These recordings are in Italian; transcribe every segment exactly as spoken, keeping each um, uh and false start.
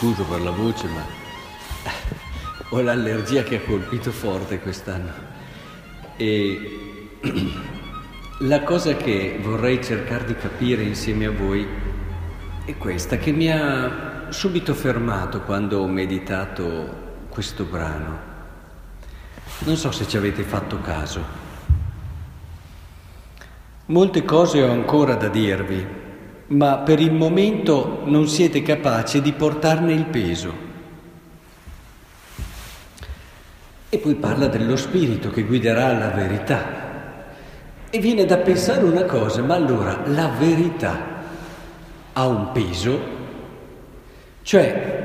scuso per la voce, ma ho l'allergia che ha colpito forte quest'anno. E la cosa che vorrei cercare di capire insieme a voi è questa, che mi ha subito fermato quando ho meditato questo brano. Non so se ci avete fatto caso. Molte cose ho ancora da dirvi, ma per il momento non siete capaci di portarne il peso. E poi parla dello spirito che guiderà alla verità. E viene da pensare una cosa, ma allora la verità ha un peso? Cioè,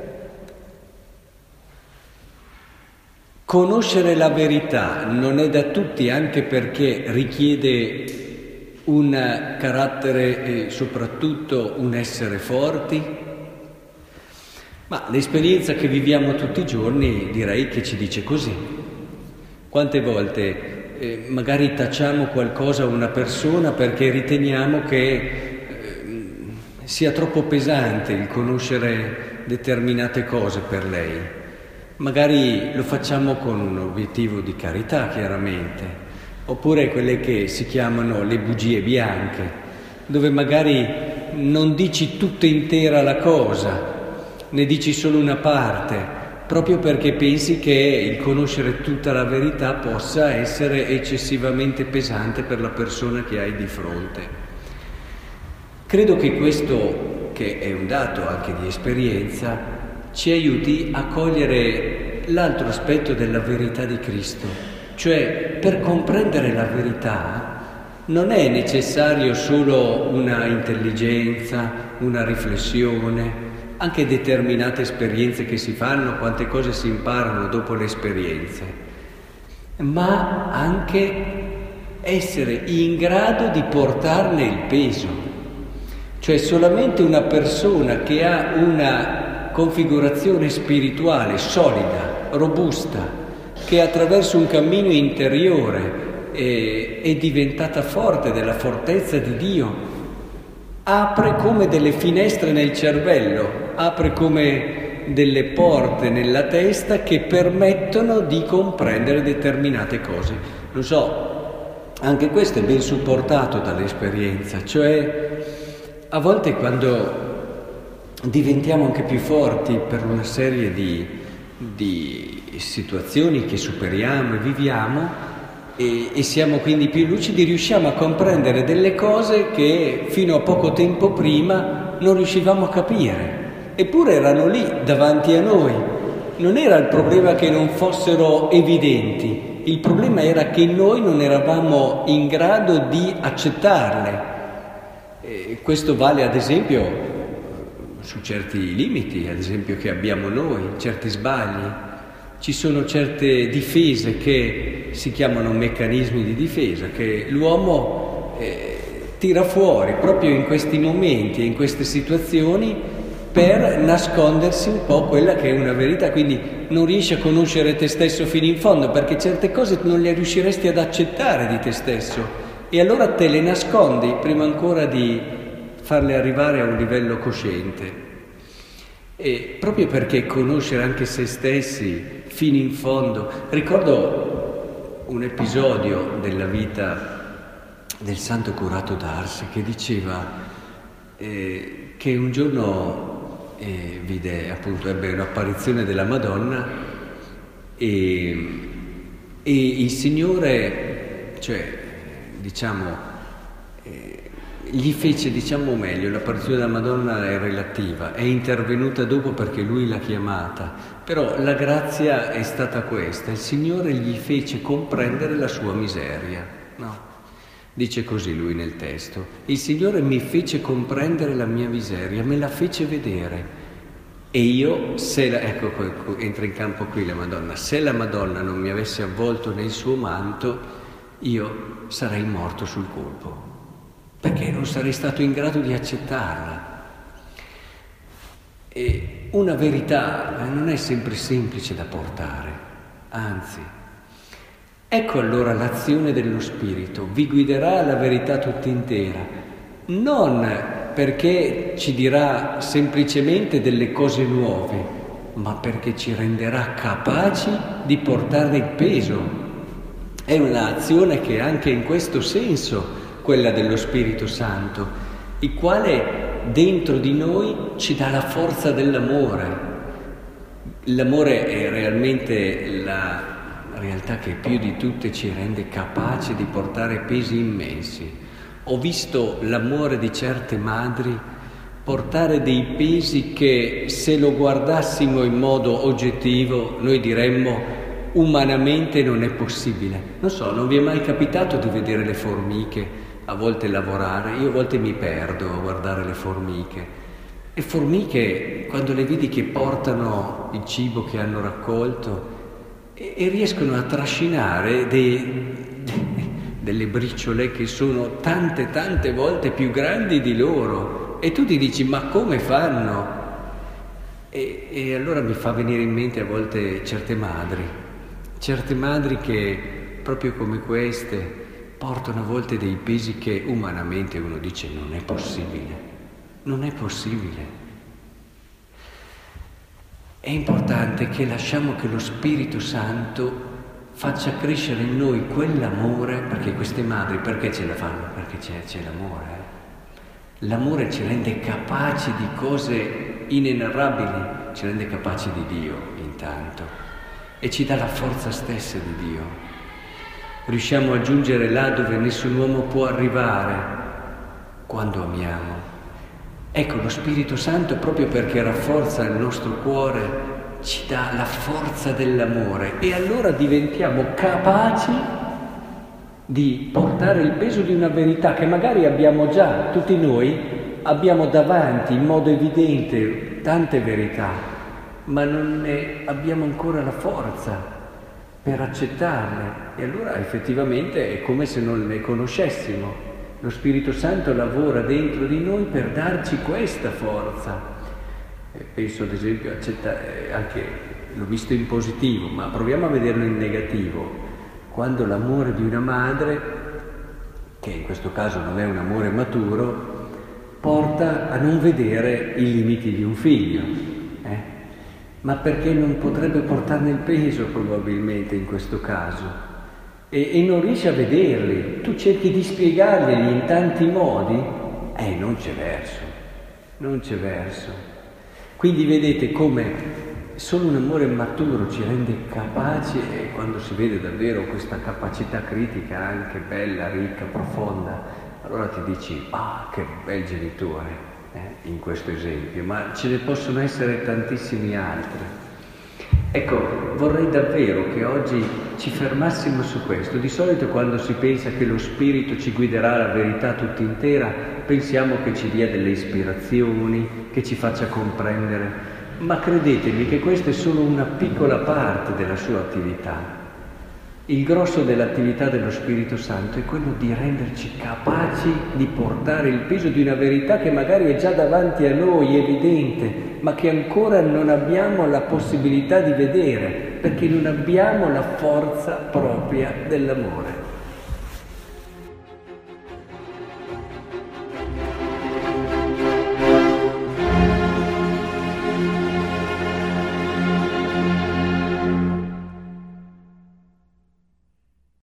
conoscere la verità non è da tutti, anche perché richiede un carattere e soprattutto un essere forti? Ma l'esperienza che viviamo tutti i giorni direi che ci dice così. Quante volte eh, magari tacciamo qualcosa a una persona perché riteniamo che eh, sia troppo pesante il conoscere determinate cose per lei. Magari lo facciamo con un obiettivo di carità, chiaramente. Oppure quelle che si chiamano le bugie bianche, dove magari non dici tutta intera la cosa, ne dici solo una parte, proprio perché pensi che il conoscere tutta la verità possa essere eccessivamente pesante per la persona che hai di fronte. Credo che questo, che è un dato anche di esperienza, ci aiuti a cogliere l'altro aspetto della verità di Cristo. Cioè, per comprendere la verità non è necessario solo una intelligenza, una riflessione, anche determinate esperienze che si fanno, quante cose si imparano dopo le esperienze, ma anche essere in grado di portarne il peso. Cioè, solamente una persona che ha una configurazione spirituale solida, robusta, che attraverso un cammino interiore è, è diventata forte della fortezza di Dio, apre come delle finestre nel cervello, apre come delle porte nella testa che permettono di comprendere determinate cose. Non so, anche questo è ben supportato dall'esperienza, cioè a volte quando diventiamo anche più forti per una serie di, di situazioni che superiamo e viviamo e, e siamo quindi più lucidi, riusciamo a comprendere delle cose che fino a poco tempo prima non riuscivamo a capire, eppure erano lì davanti a noi. Non era il problema che non fossero evidenti, il problema era che noi non eravamo in grado di accettarle. E questo vale ad esempio su certi limiti, ad esempio che abbiamo noi, certi sbagli. Ci sono certe difese che si chiamano meccanismi di difesa, che l'uomo eh, tira fuori proprio in questi momenti e in queste situazioni per nascondersi un po' quella che è una verità. Quindi non riesci a conoscere te stesso fino in fondo, perché certe cose non le riusciresti ad accettare di te stesso e allora te le nascondi prima ancora di farle arrivare a un livello cosciente. E proprio perché conoscere anche se stessi fino in fondo. Ricordo un episodio della vita del santo curato d'Ars che diceva eh, che un giorno eh, vide, appunto, ebbe un'apparizione della Madonna e, e il Signore, cioè diciamo eh, gli fece, diciamo meglio, l'apparizione della Madonna è relativa, è intervenuta dopo perché lui l'ha chiamata, però la grazia è stata questa: il Signore gli fece comprendere la sua miseria, no? Dice così lui nel testo: il Signore mi fece comprendere la mia miseria, me la fece vedere, e io, se la, ecco, entra in campo qui la Madonna, se la Madonna non mi avesse avvolto nel suo manto, io sarei morto sul colpo, perché non sarei stato in grado di accettarla. E una verità non è sempre semplice da portare, anzi. Ecco allora l'azione dello Spirito: vi guiderà alla verità tutta intera, non perché ci dirà semplicemente delle cose nuove, ma perché ci renderà capaci di portarne il peso. È un'azione che anche in questo senso, quella dello Spirito Santo, il quale dentro di noi ci dà la forza dell'amore. L'amore è realmente la realtà che più di tutte ci rende capaci di portare pesi immensi. Ho visto l'amore di certe madri portare dei pesi che, se lo guardassimo in modo oggettivo, noi diremmo umanamente non è possibile. Non so, non vi è mai capitato di vedere le formiche a volte lavorare? Io a volte mi perdo a guardare le formiche. Le formiche, quando le vedi che portano il cibo che hanno raccolto e, e riescono a trascinare dei, delle briciole che sono tante tante volte più grandi di loro, e tu ti dici ma come fanno? E, e allora mi fa venire in mente a volte certe madri, certe madri che proprio come queste portano a volte dei pesi che umanamente uno dice non è possibile. Non è possibile. È importante che lasciamo che lo Spirito Santo faccia crescere in noi quell'amore, perché queste madri perché ce la fanno? Perché c'è, c'è l'amore. Eh? L'amore ci rende capaci di cose inenarrabili, ci rende capaci di Dio intanto e ci dà la forza stessa di Dio. Riusciamo a giungere là dove nessun uomo può arrivare quando amiamo. Ecco, lo Spirito Santo, proprio perché rafforza il nostro cuore, ci dà la forza dell'amore e allora diventiamo capaci di portare il peso di una verità che magari abbiamo già, tutti noi abbiamo davanti in modo evidente tante verità, ma non ne abbiamo ancora la forza per accettarle e allora effettivamente è come se non le conoscessimo. Lo Spirito Santo lavora dentro di noi per darci questa forza. E penso ad esempio, accettare, anche l'ho visto in positivo, ma proviamo a vederlo in negativo. Quando l'amore di una madre, che in questo caso non è un amore maturo, porta a non vedere i limiti di un figlio, eh? ma perché non potrebbe portarne il peso probabilmente in questo caso. E, e non riesci a vederli, tu cerchi di spiegarglieli in tanti modi, eh, non c'è verso, non c'è verso. Quindi vedete come solo un amore maturo ci rende capaci, e quando si vede davvero questa capacità critica anche bella, ricca, profonda, allora ti dici, ah, che bel genitore, eh, in questo esempio, ma ce ne possono essere tantissimi altri. Ecco, vorrei davvero che oggi ci fermassimo su questo. Di solito quando si pensa che lo Spirito ci guiderà alla verità tutta intera, pensiamo che ci dia delle ispirazioni, che ci faccia comprendere, ma credetemi che questa è solo una piccola parte della sua attività. Il grosso dell'attività dello Spirito Santo è quello di renderci capaci di portare il peso di una verità che magari è già davanti a noi, evidente, ma che ancora non abbiamo la possibilità di vedere, perché non abbiamo la forza propria dell'amore.